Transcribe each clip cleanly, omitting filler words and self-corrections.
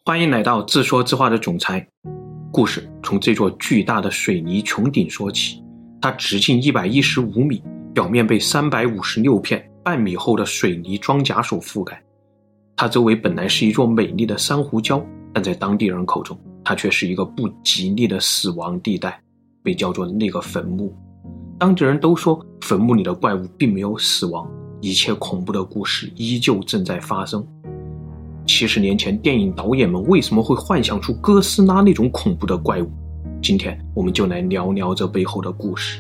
欢迎来到自说自话的总裁。故事从这座巨大的水泥穹顶说起，它直径115米，表面被356片半米厚的水泥装甲所覆盖。它周围本来是一座美丽的珊瑚礁，但在当地人口中，它却是一个不吉利的死亡地带，被叫做那个坟墓。当地人都说，坟墓里的怪物并没有死亡，一切恐怖的故事依旧正在发生。70年前，电影导演们为什么会幻想出哥斯拉那种恐怖的怪物？今天我们就来聊聊这背后的故事。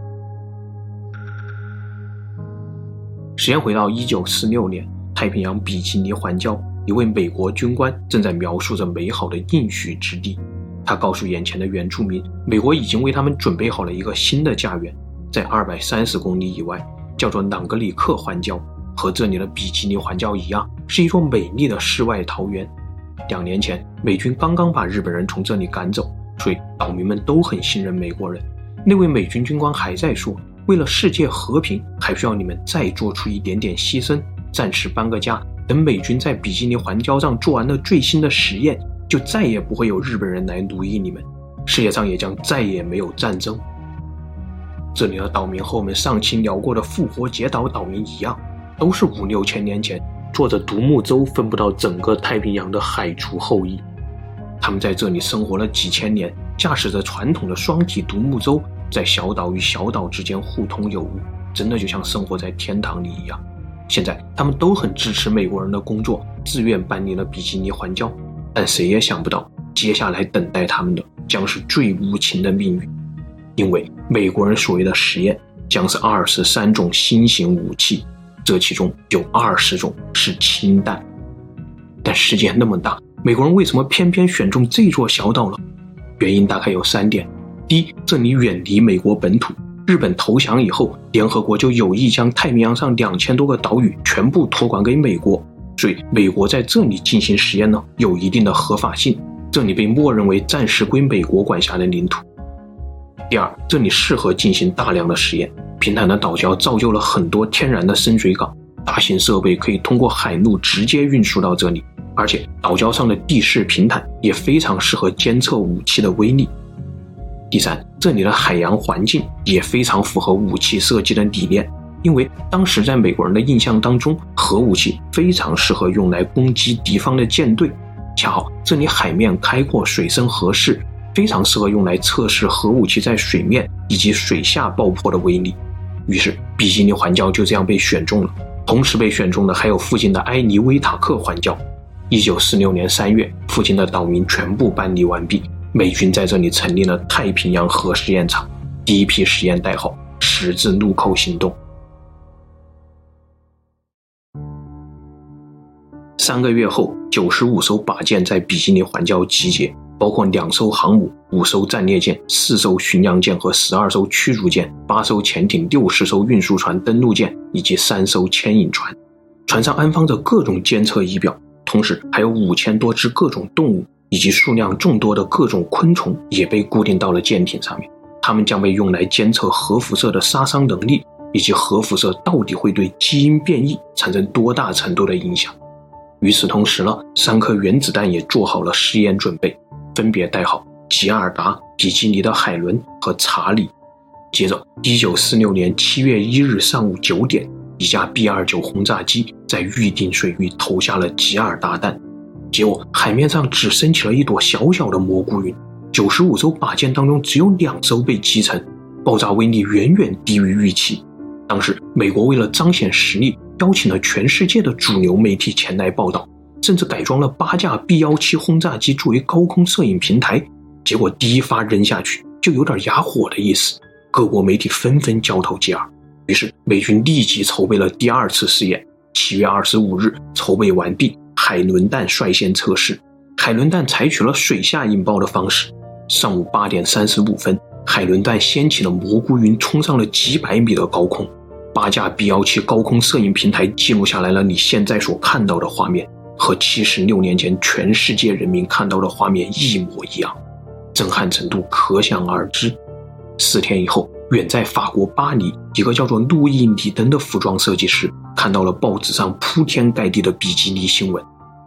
时间回到1946年，太平洋比基尼环礁，一位美国军官正在描述着美好的应许之地。他告诉眼前的原住民，美国已经为他们准备好了一个新的家园，在230公里以外，叫做朗格里克环礁，和这里的比基尼环礁一样，是一座美丽的世外桃源。2年前，美军刚刚把日本人从这里赶走，所以岛民们都很信任美国人。那位美军军官还在说，为了世界和平，还需要你们再做出一点点牺牲，暂时搬个家，等美军在比基尼环礁上做完了最新的实验，就再也不会有日本人来奴役你们，世界上也将再也没有战争。这里的岛民和我们上期聊过的复活节岛岛民一样，都是5、6千年前坐着独木舟分布到整个太平洋的海族后裔。他们在这里生活了几千年，驾驶着传统的双体独木舟，在小岛与小岛之间互通有无，真的就像生活在天堂里一样。现在他们都很支持美国人的工作，自愿搬离了比基尼环礁，但谁也想不到，接下来等待他们的将是最无情的命运。因为美国人所谓的实验将是23种新型武器，这其中有20种是氢弹。但世界那么大，美国人为什么偏偏选中这座小岛呢？原因大概有3点。第一，这里远离美国本土，日本投降以后，联合国就有意将太平洋上2000多个岛屿全部托管给美国，所以美国在这里进行实验呢，有一定的合法性，这里被默认为暂时归美国管辖的领土。第二，这里适合进行大量的实验，平坦的岛礁造就了很多天然的深水港，大型设备可以通过海路直接运输到这里，而且岛礁上的地势平坦，也非常适合监测武器的威力。第三，这里的海洋环境也非常符合武器设计的理念，因为当时在美国人的印象当中，核武器非常适合用来攻击敌方的舰队，恰好这里海面开阔，水深合适，非常适合用来测试核武器在水面以及水下爆破的威力。于是比基尼环礁就这样被选中了，同时被选中的还有附近的埃尼威塔克环礁。1946年3月，附近的岛民全部搬离完毕，美军在这里成立了太平洋核试验场，第一批实验代号十字路口行动。3个月后，95艘靶舰在比基尼环礁集结，包括2艘航母、5艘战列舰、4艘巡洋舰和12艘驱逐舰、8艘潜艇、60艘运输船、登陆舰以及3艘牵引船。船上安放着各种监测仪表，同时还有5000多只各种动物以及数量众多的各种昆虫也被固定到了舰艇上面，它们将被用来监测核辐射的杀伤能力，以及核辐射到底会对基因变异产生多大程度的影响。与此同时呢，3颗原子弹也做好了试验准备，分别代号吉尔达、比基尼的海伦和查理。接着1946年7月1日上午9点，一架 B-29 轰炸机在预定水域投下了吉尔达弹，结果海面上只升起了一朵小小的蘑菇云，95艘靶舰当中只有2艘被击沉，爆炸威力远远低于预期。当时美国为了彰显实力，邀请了全世界的主流媒体前来报道，甚至改装了8架 B-17 轰炸机作为高空摄影平台，结果第一发扔下去就有点哑火的意思，各国媒体纷纷交头接耳。于是美军立即筹备了第2次试验，7月25日筹备完毕，海伦弹率先测试。海伦弹采取了水下引爆的方式，上午8点35分，海伦弹掀起了蘑菇云，冲上了几百米的高空。8架 B-17 高空摄影平台记录下来了你现在所看到的画面，和76年前全世界人民看到的画面一模一样，震撼程度可想而知。4天以后，远在法国巴黎，一个叫做路易·里登的服装设计师看到了报纸上铺天盖地的比基尼新闻，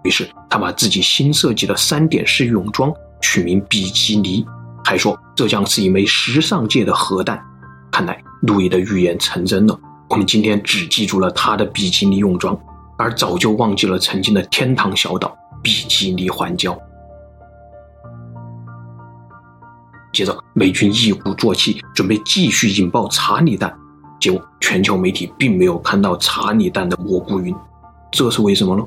于是他把自己新设计的3点式泳装取名比基尼，还说这将是一枚时尚界的核弹。看来路易的预言成真了，我们今天只记住了他的比基尼泳装，而早就忘记了曾经的天堂小岛比基尼环礁。接着美军一鼓作气准备继续引爆查理弹，结果全球媒体并没有看到查理弹的蘑菇云，这是为什么呢？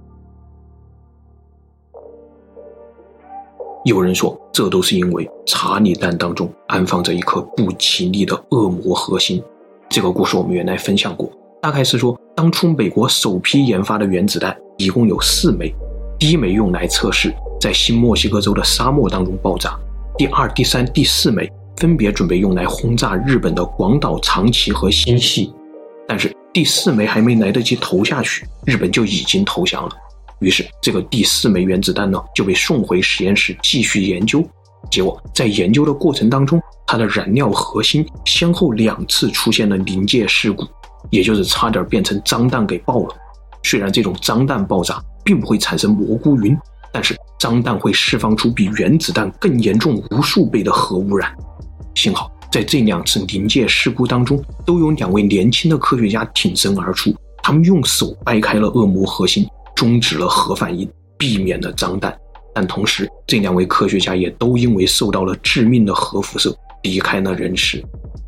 有人说这都是因为查理弹当中安放着一颗不吉利的恶魔核心。这个故事我们原来分享过，大概是说当初美国首批研发的原子弹一共有4枚，第1枚用来测试，在新墨西哥州的沙漠当中爆炸，第2、第3、第4枚分别准备用来轰炸日本的广岛、长崎和新系，但是第4枚还没来得及投下去，日本就已经投降了。于是这个第4枚原子弹呢就被送回实验室继续研究，结果在研究的过程当中，它的燃料核心先后2次出现了临界事故，也就是差点变成脏弹给爆了。虽然这种脏弹爆炸并不会产生蘑菇云，但是脏弹会释放出比原子弹更严重无数倍的核污染。幸好在这2次临界事故当中，都有2位年轻的科学家挺身而出，他们用手掰开了恶魔核心，终止了核反应，避免了脏弹。但同时这2位科学家也都因为受到了致命的核辐射离开了人世。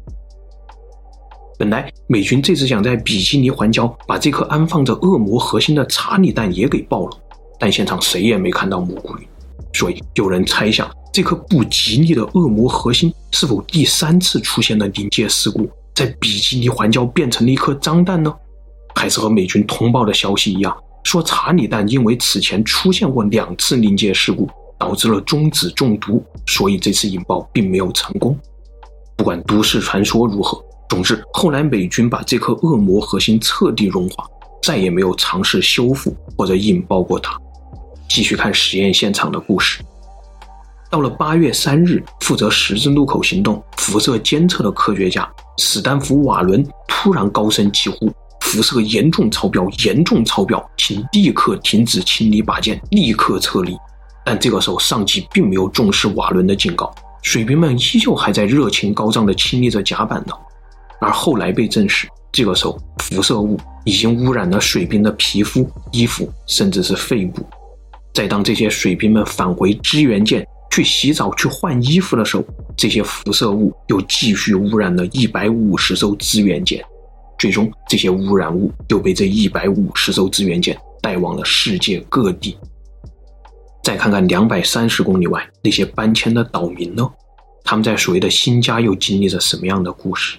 本来美军这次想在比基尼环礁把这颗安放着恶魔核心的查理弹也给爆了，但现场谁也没看到蘑菇云，所以有人猜想这颗不吉利的恶魔核心是否第3次出现了临界事故，在比基尼环礁变成了一颗脏弹呢？还是和美军通报的消息一样，说查理弹因为此前出现过2次临界事故，导致了中子中毒，所以这次引爆并没有成功。不管都市传说如何，总之后来美军把这颗恶魔核心彻底融化，再也没有尝试修复或者引爆过它。继续看实验现场的故事。到了8月3日，负责十字路口行动辐射监测的科学家史丹福瓦伦突然高声疾呼，辐射严重超标，严重超标，请立刻停止清理靶件，立刻撤离。但这个时候上级并没有重视瓦伦的警告，水兵们依旧还在热情高涨地清理着甲板呢。而后来被证实，这个时候辐射物已经污染了水兵的皮肤、衣服，甚至是肺部。在当这些水兵们返回支援舰去洗澡、去换衣服的时候，这些辐射物又继续污染了150艘支援舰。最终这些污染物又被这150艘支援舰带往了世界各地。再看看230公里外那些搬迁的岛民呢？他们在所谓的新家又经历着什么样的故事？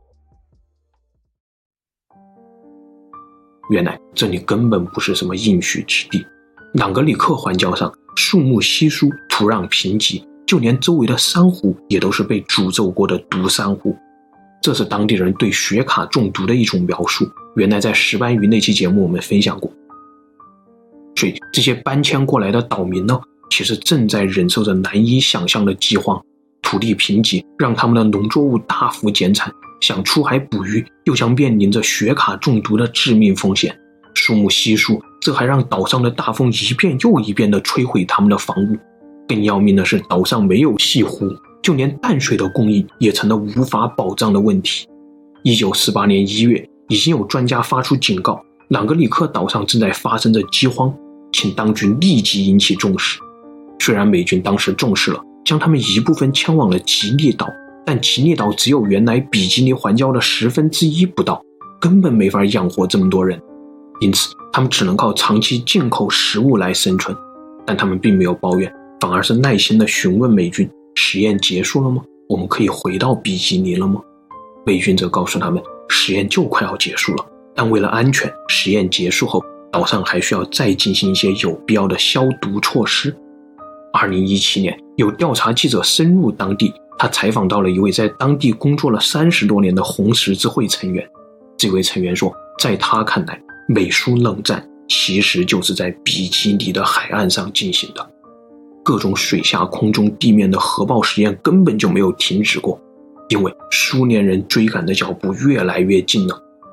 原来这里根本不是什么应许之地，朗格里克环礁上树木稀疏，土壤贫瘠，就连周围的珊瑚也都是被诅咒过的毒珊瑚。这是当地人对雪卡中毒的一种描述，原来在石斑鱼那期节目我们分享过。所以这些搬迁过来的岛民呢，其实正在忍受着难以想象的饥荒，土地贫瘠让他们的农作物大幅减产，想出海捕鱼又将面临着雪卡中毒的致命风险。树木稀疏，这还让岛上的大风一遍又一遍地摧毁他们的房屋。更要命的是，岛上没有西湖，就连淡水的供应也成了无法保障的问题。1948年1月，已经有专家发出警告，朗格里克岛上正在发生着饥荒，请当局立即引起重视。虽然美军当时重视了，将他们一部分迁往了吉利岛，但吉利岛只有原来比基尼环礁的1/10不到，根本没法养活这么多人，因此他们只能靠长期进口食物来生存。但他们并没有抱怨，反而是耐心地询问美军，实验结束了吗？我们可以回到比基尼了吗？美军则告诉他们，实验就快要结束了，但为了安全，实验结束后岛上还需要再进行一些有必要的消毒措施。2017年，有调查记者深入当地，他采访到了一位在当地工作了30多年的红十字会成员。这位成员说，在他看来，美苏冷战其实就是在比基尼的海岸上进行的，各种水下、空中、地面的核爆实验根本就没有停止过，因为苏联人追赶的脚步越来越近了，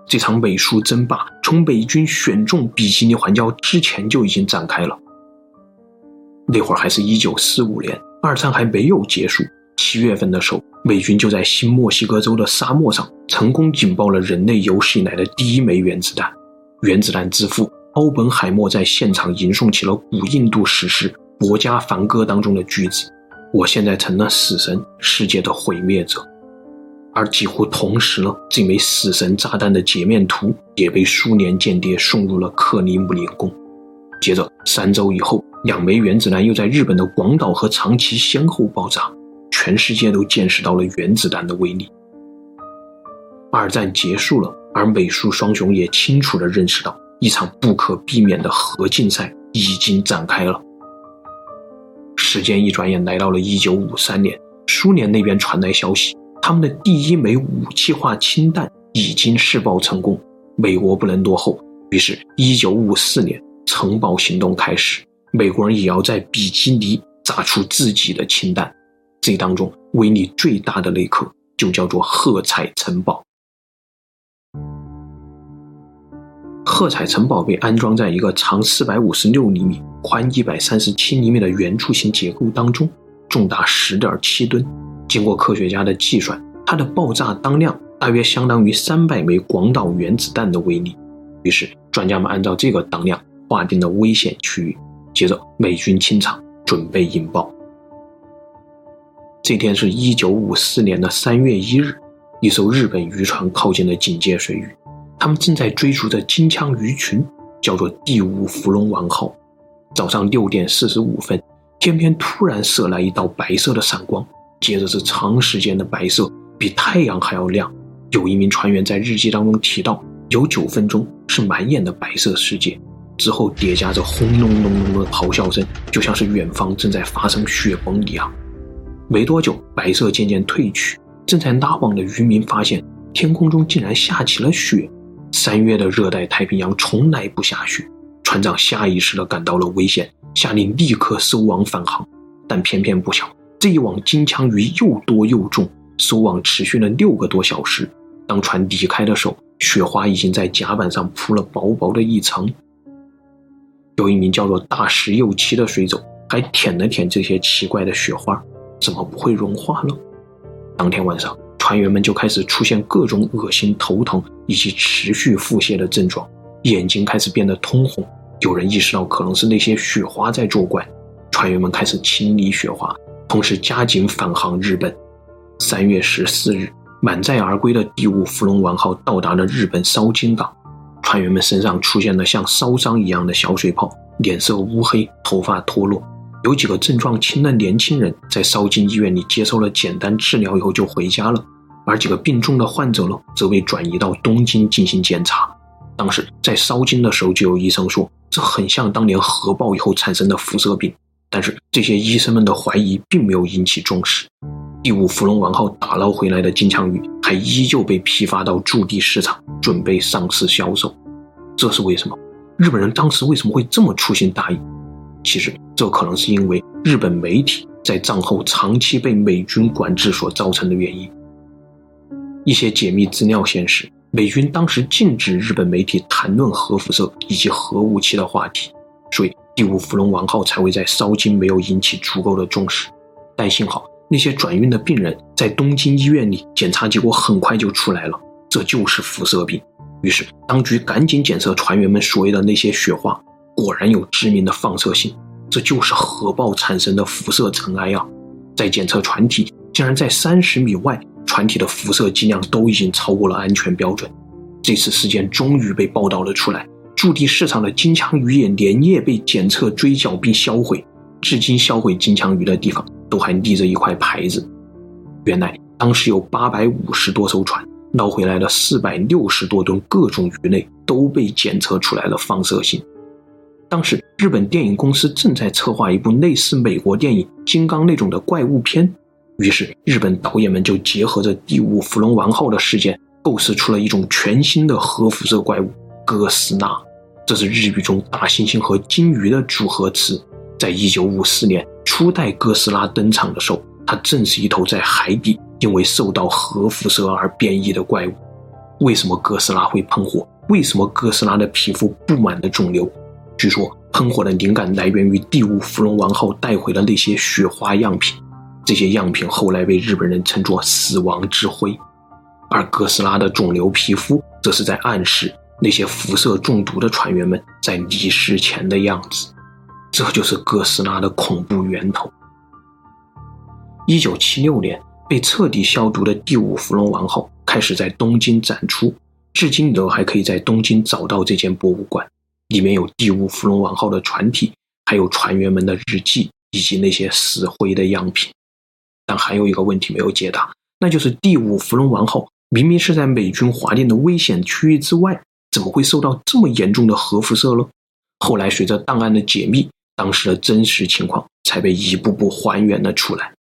这场美苏争霸从美军选中比基尼环礁之前就已经展开了。那会儿还是1945年，二战还没有结束。7月份的时候，美军就在新墨西哥州的沙漠上成功引爆了人类有史以来的第一枚原子弹。原子弹之父奥本海默在现场吟诵起了古印度史诗《博加梵歌》当中的句子：我现在成了死神，世界的毁灭者。而几乎同时呢，这枚死神炸弹的截面图也被苏联间谍送入了克里姆林宫。接着3周以后，2枚原子弹又在日本的广岛和长崎先后爆炸，全世界都见识到了原子弹的威力。二战结束了，而美苏双雄也清楚地认识到，一场不可避免的核竞赛已经展开了。时间一转眼来到了1953年，苏联那边传来消息，他们的第一枚武器化氢弹已经试爆成功，美国不能落后。于是1954年城堡行动开始，美国人也要在比基尼炸出自己的氢弹。这当中威力最大的那颗就叫做喝彩城堡。喝彩城堡被安装在一个长456厘米、宽137厘米的圆柱形结构当中，重达10.7吨。经过科学家的计算，它的爆炸当量大约相当于300枚广岛原子弹的威力。于是专家们按照这个当量划定了危险区域，接着美军清场，准备引爆。这天是1954年的3月1日，一艘日本渔船靠近了警戒水域，他们正在追逐着金枪鱼群，叫做第5福龙王号。早上6点45分，天边突然射来一道白色的闪光，接着是长时间的白色，比太阳还要亮。有一名船员在日记当中提到，有9分钟是满眼的白色世界，之后叠加着轰隆隆隆的咆哮声，就像是远方正在发生雪崩一样。没多久，白色渐渐褪去，正在拉网的渔民发现天空中竟然下起了雪。3月的热带太平洋从来不下雪，船长下意识地感到了危险，下令立刻收网返航。但偏偏不巧，这一网金枪鱼又多又重，收网持续了6个多小时。当船离开的时候，雪花已经在甲板上铺了薄薄的一层。有一名叫做大石右七的水手还舔了舔这些奇怪的雪花，怎么不会融化呢？当天晚上，船员们就开始出现各种恶心、头疼以及持续腹泻的症状，眼睛开始变得通红。有人意识到可能是那些雪花在作怪，船员们开始清理雪花，同时加紧返航日本。3月14日，满载而归的第5福龙王号到达了日本烧津港，船员们身上出现了像烧伤一样的小水泡，脸色乌黑，头发脱落。有几个症状轻的年轻人在烧津医院里接受了简单治疗以后就回家了，而几个病重的患者呢，则被转移到东京进行检查。当时在烧津的时候，就有医生说，这很像当年核爆以后产生的辐射病，但是这些医生们的怀疑并没有引起重视。第5福龙王号打捞回来的金枪鱼还依旧被批发到驻地市场，准备上市销售。这是为什么？日本人当时为什么会这么粗心大意？其实这可能是因为日本媒体在战后长期被美军管制所造成的原因。一些解密资料显示，美军当时禁止日本媒体谈论核辐射以及核武器的话题，所以第5福龙王号才会在烧津没有引起足够的重视。但幸好那些转运的病人在东京医院里检查结果很快就出来了，这就是辐射病。于是当局赶紧检测船员们所谓的那些雪花，果然有致命的放射性，这就是核爆产生的辐射尘埃啊！在检测船体，竟然在30米外，船体的辐射剂量都已经超过了安全标准。这次事件终于被报道了出来，驻地市场的金枪鱼也连夜被检测追缴并销毁，至今销毁金枪鱼的地方都还立着一块牌子。原来当时有850多艘船捞回来的460多吨各种鱼类都被检测出来了放射性。当时日本电影公司正在策划一部类似美国电影《金刚》那种的怪物片，于是日本导演们就结合着第5福龙王号的事件，构思出了一种全新的核辐射怪物哥斯拉。这是日语中大猩猩和金鱼的组合词。在1954年初代哥斯拉登场的时候，它正是一头在海底因为受到核辐射而变异的怪物。 为什么哥斯拉会喷火，为什么哥斯拉的皮肤布满了肿瘤。据说喷火的灵感来源于第五福龙王号带回的那些雪花样品，这些样品后来被日本人称作死亡之灰。而哥斯拉的肿瘤皮肤则是在暗示那些辐射中毒的船员们在离世前的样子，这就是哥斯拉的恐怖源头。1976年被彻底消毒的第五福龙王号开始在东京展出，至今你都还可以在东京找到这间博物馆，里面有第五福龙王号的船体，还有船员们的日记以及那些死灰的样品。但还有一个问题没有解答，那就是第五福龙王号明明是在美军划定的危险区域之外，怎么会受到这么严重的核辐射呢？后来随着档案的解密，当时的真实情况才被一步步还原了出来。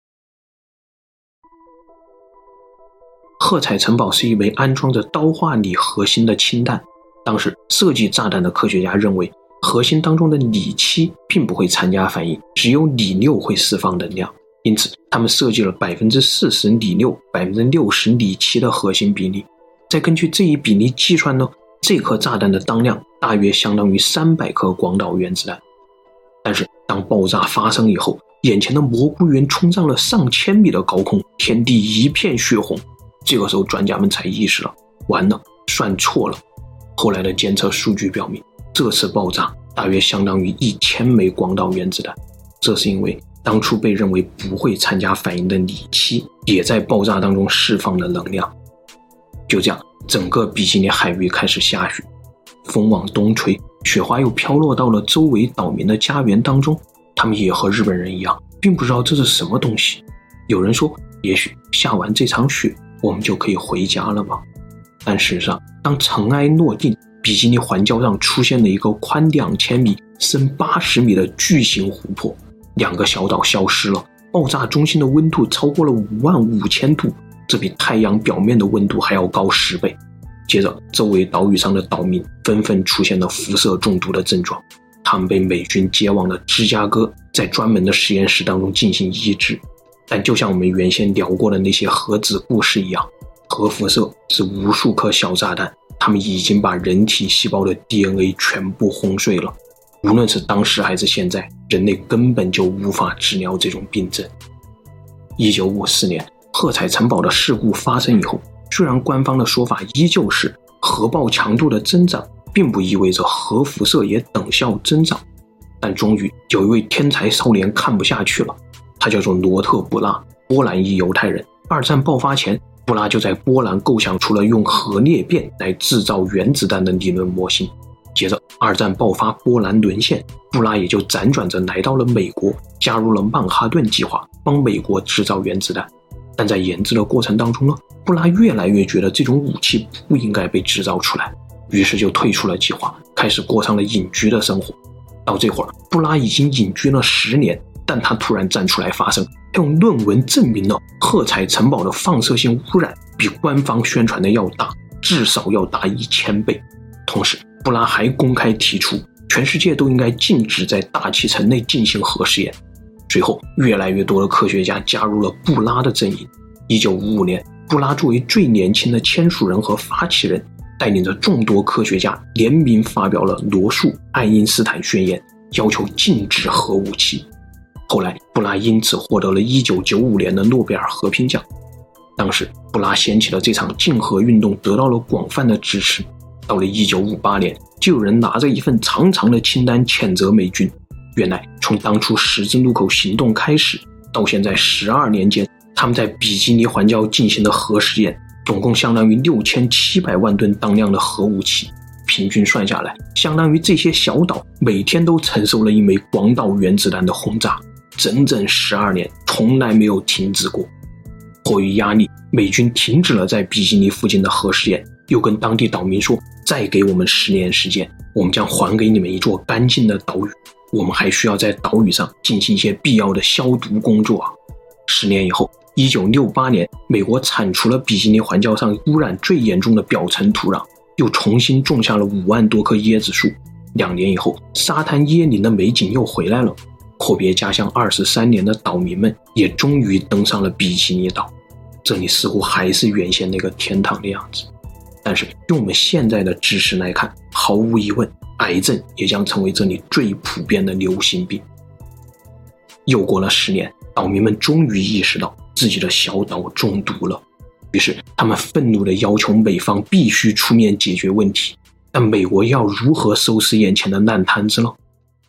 褐彩城堡是一枚安装着刀化锂核心的氢弹，当时设计炸弹的科学家认为核心当中的锂7并不会参加反应，只有锂6会释放能量，因此他们设计了 40% 锂6 60% 锂7的核心比例。再根据这一比例计算呢，这颗炸弹的当量大约相当于300颗广岛原子弹。但是当爆炸发生以后，眼前的蘑菇云冲上了上千米的高空，天地一片血红。这个时候专家们才意识了，完了，算错了。后来的监测数据表明，这次爆炸大约相当于1000枚广岛原子弹，这是因为当初被认为不会参加反应的锂7也在爆炸当中释放了能量。就这样，整个比基尼海域开始下雪，风往东吹，雪花又飘落到了周围岛民的家园当中，他们也和日本人一样，并不知道这是什么东西。有人说，也许下完这场雪我们就可以回家了吧。但事实上，当尘埃落定，比基尼环礁上出现了一个宽2000米、深80米的巨型湖泊，2个小岛消失了，爆炸中心的温度超过了55000度，这比太阳表面的温度还要高10倍。接着，周围岛屿上的岛民纷纷出现了辐射中毒的症状，他们被美军接往了芝加哥，在专门的实验室当中进行医治。但就像我们原先聊过的那些核子故事一样，核辐射是无数颗小炸弹，它们已经把人体细胞的 DNA 全部轰碎了。无论是当时还是现在，人类根本就无法治疗这种病症。1954年，褐彩城堡的事故发生以后，虽然官方的说法依旧是核爆强度的增长并不意味着核辐射也等效增长，但终于有一位天才少年看不下去了，他叫做罗特·布拉，波兰裔犹太人。二战爆发前，布拉就在波兰构想出了用核裂变来制造原子弹的理论模型。接着二战爆发，波兰沦陷，布拉也就辗转着来到了美国，加入了曼哈顿计划，帮美国制造原子弹。但在研制的过程当中呢，布拉越来越觉得这种武器不应该被制造出来，于是就退出了计划，开始过上了隐居的生活。到这会儿，布拉已经隐居了10年，但他突然站出来发声，他用论文证明了褐彩城堡的放射性污染比官方宣传的要大，至少要大1000倍。同时布拉还公开提出，全世界都应该禁止在大气层内进行核试验。随后越来越多的科学家加入了布拉的阵营。1955年，布拉作为最年轻的签署人和发起人，带领着众多科学家联名发表了罗素爱因斯坦宣言，要求禁止核武器。后来布拉因此获得了1995年的诺贝尔和平奖。当时布拉掀起了这场禁核运动，得到了广泛的支持。到了1958年，就有人拿着一份长长的清单谴责美军。原来从当初十字路口行动开始到现在12年间，他们在比基尼环礁进行的核试验总共相当于6700万吨当量的核武器，平均算下来相当于这些小岛每天都承受了一枚广岛原子弹的轰炸，整整12年从来没有停止过。迫于压力，美军停止了在比基尼附近的核试验，又跟当地岛民说，再给我们10年时间，我们将还给你们一座干净的岛屿，我们还需要在岛屿上进行一些必要的消毒工作啊。10年以后，1968年，美国铲除了比基尼环礁上污染最严重的表层土壤，又重新种下了5万多棵椰子树。2年以后，沙滩椰林的美景又回来了，阔别家乡23年的岛民们也终于登上了比基尼岛。这里似乎还是原先那个天堂的样子。 但是用我们现在的知识来看，毫无疑问，癌症也将成为这里最普遍的流行病。又过了10年，岛民们终于意识到自己的小岛中毒了，于是他们愤怒地要求美方必须出面解决问题。但美国要如何收拾眼前的烂摊子呢？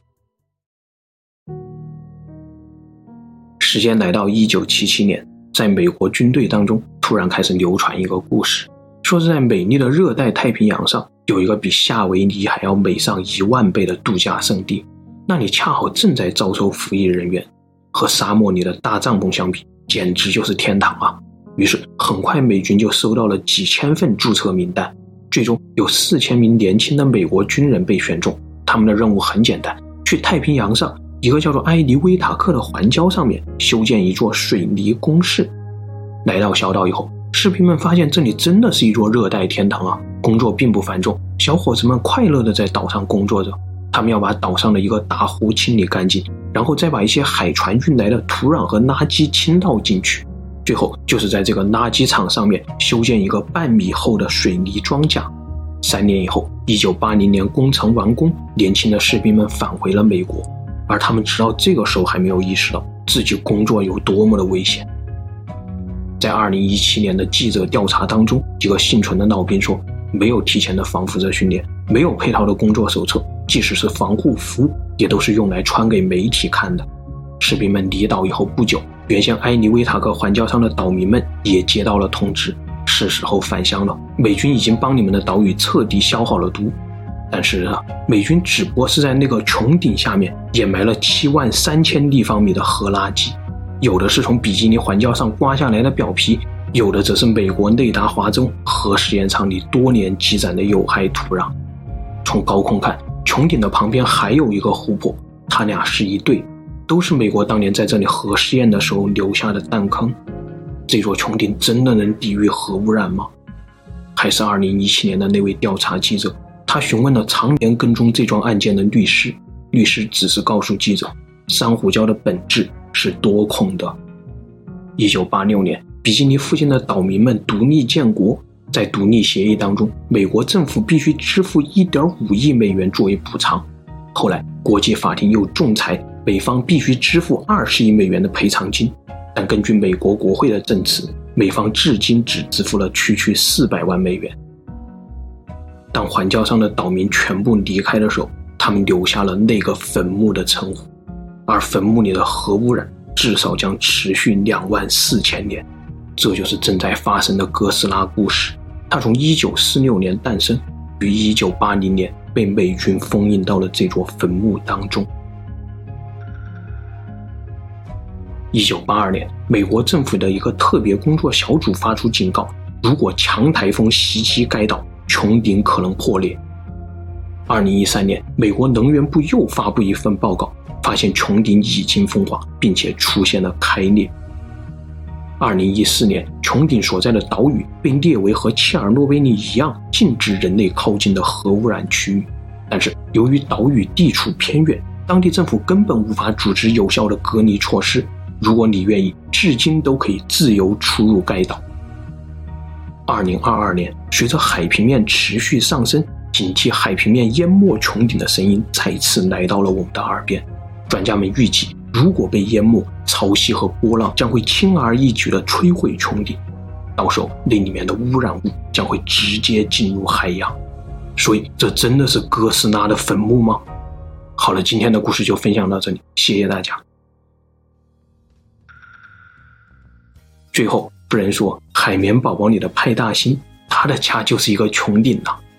时间来到1977年，在美国军队当中突然开始流传一个故事，说是在美丽的热带太平洋上有一个比夏威夷还要美上10000倍的度假胜地，那里恰好正在招收服役人员，和沙漠里的大帐篷相比，简直就是天堂啊！于是很快美军就收到了几千份注册名单，最终有4000名年轻的美国军人被选中。他们的任务很简单，去太平洋上一个叫做埃尼威塔克的环礁上面修建一座水泥工事。来到小岛以后，士兵们发现这里真的是一座热带天堂啊！工作并不繁重，小伙子们快乐地在岛上工作着。他们要把岛上的一个大湖清理干净，然后再把一些海船运来的土壤和垃圾倾倒进去，最后就是在这个垃圾场上面修建一个半米厚的水泥装甲。3年以后，1980年工程完工，年轻的士兵们返回了美国，而他们直到这个时候还没有意识到自己工作有多么的危险。在2017年的记者调查当中，几个幸存的老兵说，没有提前的防辐射训练，没有配套的工作手册，即使是防护服也都是用来穿给媒体看的。士兵们离岛以后不久，原先埃尼威塔克环礁上的岛民们也接到了通知，是时候返乡了，美军已经帮你们的岛屿彻底消好了毒。但是美军只不过是在那个穹顶下面掩埋了73000立方米的核垃圾，有的是从比基尼环礁上刮下来的表皮，有的则是美国内达华州核试验场里多年积攒的有害土壤。从高空看，穹顶的旁边还有一个湖泊，它俩是一对，都是美国当年在这里核试验的时候留下的弹坑。这座穹顶真的能抵御核污染吗？还是2017年的那位调查记者，他询问了常年跟踪这桩案件的律师，律师只是告诉记者，珊瑚礁的本质是多孔的。1986年，比基尼附近的岛民们独立建国，在独立协议当中，美国政府必须支付1.5亿美元作为补偿。后来国际法庭又仲裁，美方必须支付20亿美元的赔偿金，但根据美国国会的证词，美方至今只支付了区400万美元。当环礁上的岛民全部离开的时候，他们留下了那个坟墓的称呼，而坟墓里的核污染至少将持续24000年。这就是正在发生的哥斯拉故事，它从1946年诞生，于1980年被美军封印到了这座坟墓当中。1982年，美国政府的一个特别工作小组发出警告，如果强台风袭击该岛，穹顶可能破裂。2013年，美国能源部又发布一份报告，发现穹顶已经风化，并且出现了开裂。2014年，穹顶所在的岛屿被列为和切尔诺贝利一样禁止人类靠近的核污染区域，但是由于岛屿地处偏远，当地政府根本无法组织有效的隔离措施，如果你愿意，至今都可以自由出入该岛。2022年，随着海平面持续上升，警惕海平面淹没穹顶的声音再次来到了我们的耳边。专家们预计，如果被淹没，潮汐和波浪将会轻而易举地摧毁穹顶，到时候那里面的污染物将会直接进入海洋。所以这真的是哥斯拉的坟墓吗？好了，今天的故事就分享到这里，谢谢大家。最后，夫人说，海绵宝宝里的派大星，他的家就是一个穹顶啊。